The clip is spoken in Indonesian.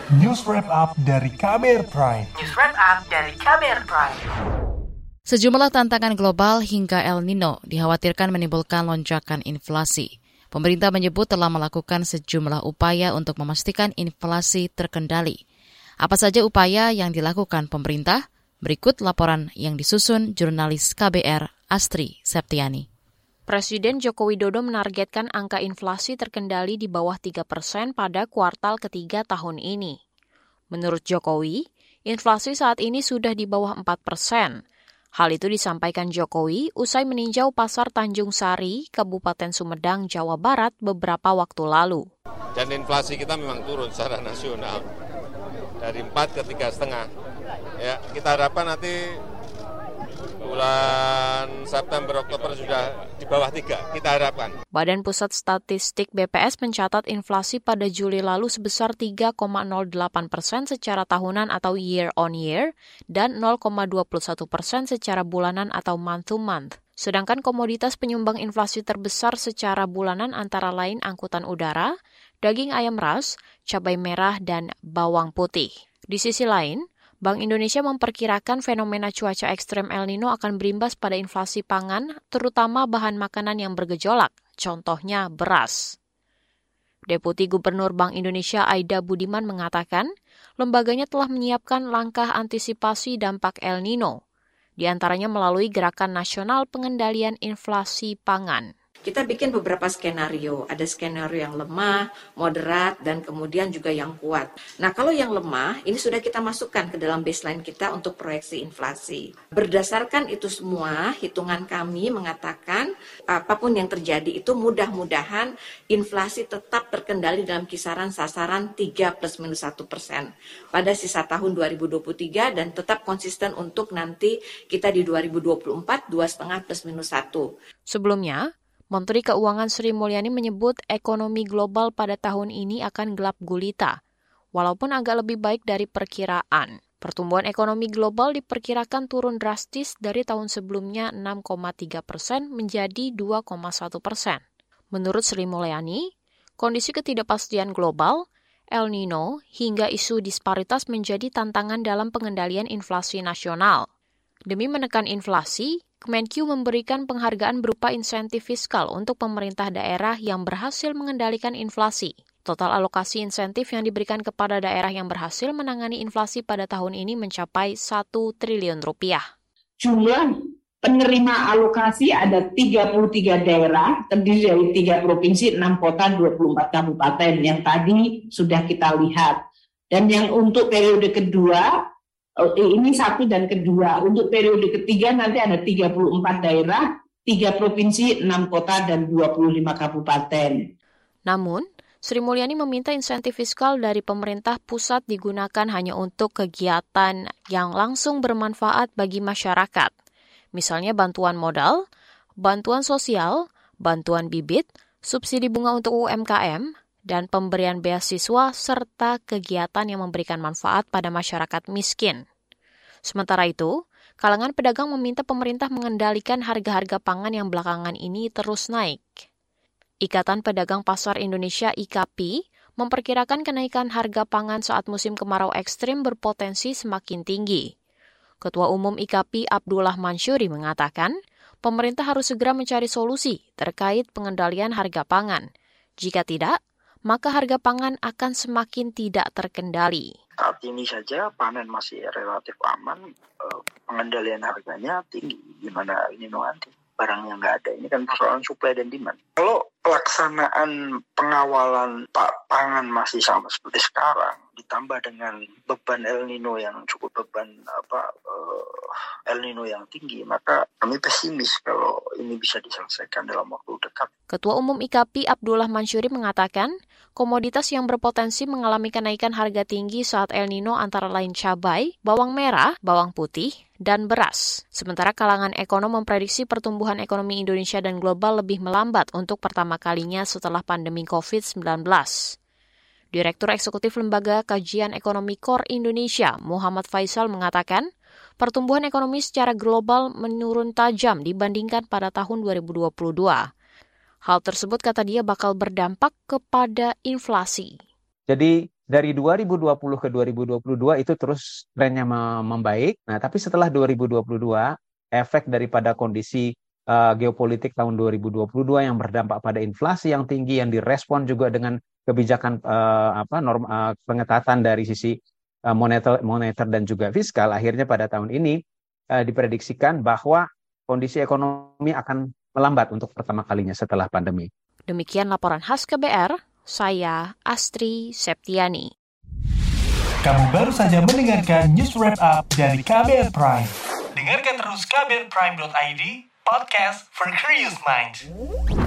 News Wrap Up dari KBR Prime. Sejumlah tantangan global hingga El Nino dikhawatirkan menimbulkan lonjakan inflasi. Pemerintah menyebut telah melakukan sejumlah upaya untuk memastikan inflasi terkendali. Apa saja upaya yang dilakukan pemerintah? Berikut laporan yang disusun jurnalis KBR Astri Septiani. Presiden Joko Widodo menargetkan angka inflasi terkendali di bawah 3% pada kuartal ketiga tahun ini. Menurut Jokowi, inflasi saat ini sudah di bawah 4%. Hal itu disampaikan Jokowi usai meninjau Pasar Tanjung Sari, Kabupaten Sumedang, Jawa Barat beberapa waktu lalu. Dan inflasi kita memang turun secara nasional dari 4 ke 3,5. Ya, kita harapkan nanti bulan September, Oktober sudah di bawah 3, kita harapkan. Badan Pusat Statistik BPS mencatat inflasi pada Juli lalu sebesar 3,08% secara tahunan atau year on year dan 0,21% secara bulanan atau month to month. Sedangkan komoditas penyumbang inflasi terbesar secara bulanan antara lain angkutan udara, daging ayam ras, cabai merah, dan bawang putih. Di sisi lain, Bank Indonesia memperkirakan fenomena cuaca ekstrem El Nino akan berimbas pada inflasi pangan, terutama bahan makanan yang bergejolak, contohnya beras. Deputi Gubernur Bank Indonesia Aida Budiman mengatakan, lembaganya telah menyiapkan langkah antisipasi dampak El Nino, di antaranya melalui Gerakan Nasional Pengendalian Inflasi Pangan. Kita bikin beberapa skenario, ada skenario yang lemah, moderat, dan kemudian juga yang kuat. Nah, kalau yang lemah, ini sudah kita masukkan ke dalam baseline kita untuk proyeksi inflasi. Berdasarkan itu semua, hitungan kami mengatakan apapun yang terjadi itu mudah-mudahan inflasi tetap terkendali dalam kisaran sasaran 3 plus minus 1% pada sisa tahun 2023 dan tetap konsisten untuk nanti kita di 2024, 2,5 plus minus 1. Sebelumnya, Menteri Keuangan Sri Mulyani menyebut ekonomi global pada tahun ini akan gelap gulita, walaupun agak lebih baik dari perkiraan. Pertumbuhan ekonomi global diperkirakan turun drastis dari tahun sebelumnya 6,3% menjadi 2,1%. Menurut Sri Mulyani, kondisi ketidakpastian global, El Nino, hingga isu disparitas menjadi tantangan dalam pengendalian inflasi nasional. Demi menekan inflasi, Kemenkyu memberikan penghargaan berupa insentif fiskal untuk pemerintah daerah yang berhasil mengendalikan inflasi. Total alokasi insentif yang diberikan kepada daerah yang berhasil menangani inflasi pada tahun ini mencapai 1 triliun rupiah. Jumlah penerima alokasi ada 33 daerah, terdiri dari 3 provinsi, 6 kota, 24 kabupaten yang tadi sudah kita lihat. Dan yang untuk periode kedua, ini 1 dan kedua. Untuk periode ketiga nanti ada 34 daerah, 3 provinsi, 6 kota, dan 25 kabupaten. Namun, Sri Mulyani meminta insentif fiskal dari pemerintah pusat digunakan hanya untuk kegiatan yang langsung bermanfaat bagi masyarakat. Misalnya bantuan modal, bantuan sosial, bantuan bibit, subsidi bunga untuk UMKM, dan pemberian beasiswa serta kegiatan yang memberikan manfaat pada masyarakat miskin. Sementara itu, kalangan pedagang meminta pemerintah mengendalikan harga-harga pangan yang belakangan ini terus naik. Ikatan Pedagang Pasar Indonesia IKAPI memperkirakan kenaikan harga pangan saat musim kemarau ekstrim berpotensi semakin tinggi. Ketua Umum IKAPI Abdullah Mansyuri mengatakan, pemerintah harus segera mencari solusi terkait pengendalian harga pangan. Jika tidak, maka harga pangan akan semakin tidak terkendali. Saat ini saja panen masih relatif aman, pengendalian harganya tinggi. Gimana ini nanti? Barangnya nggak ada. Ini kan persoalan supply dan demand. Kalau pelaksanaan pengawalan pangan masih sama seperti sekarang, ditambah dengan beban El Nino yang cukup El Nino yang tinggi, maka kami pesimis kalau ini bisa diselesaikan dalam waktu dekat. Ketua Umum IKAPI Abdullah Mansyuri mengatakan, komoditas yang berpotensi mengalami kenaikan harga tinggi saat El Nino antara lain cabai, bawang merah, bawang putih, dan beras. Sementara kalangan ekonom memprediksi pertumbuhan ekonomi Indonesia dan global lebih melambat untuk pertama kalinya setelah pandemi COVID-19. Direktur Eksekutif Lembaga Kajian Ekonomi KOR Indonesia, Muhammad Faisal mengatakan, pertumbuhan ekonomi secara global menurun tajam dibandingkan pada tahun 2022. Hal tersebut, kata dia, bakal berdampak kepada inflasi. Jadi dari 2020 ke 2022 itu terus trennya membaik. Nah, tapi setelah 2022, efek daripada kondisi geopolitik tahun 2022 yang berdampak pada inflasi yang tinggi yang direspon juga dengan kebijakan pengetatan dari sisi moneter dan juga fiskal, akhirnya pada tahun ini diprediksikan bahwa kondisi ekonomi akan melambat untuk pertama kalinya setelah pandemi. Demikian laporan khas KBR, saya Astri Septiani. Kamu baru saja mendengarkan News Wrap Up dari KBR Prime. Dengarkan terus kbrprime.id, podcast for curious minds.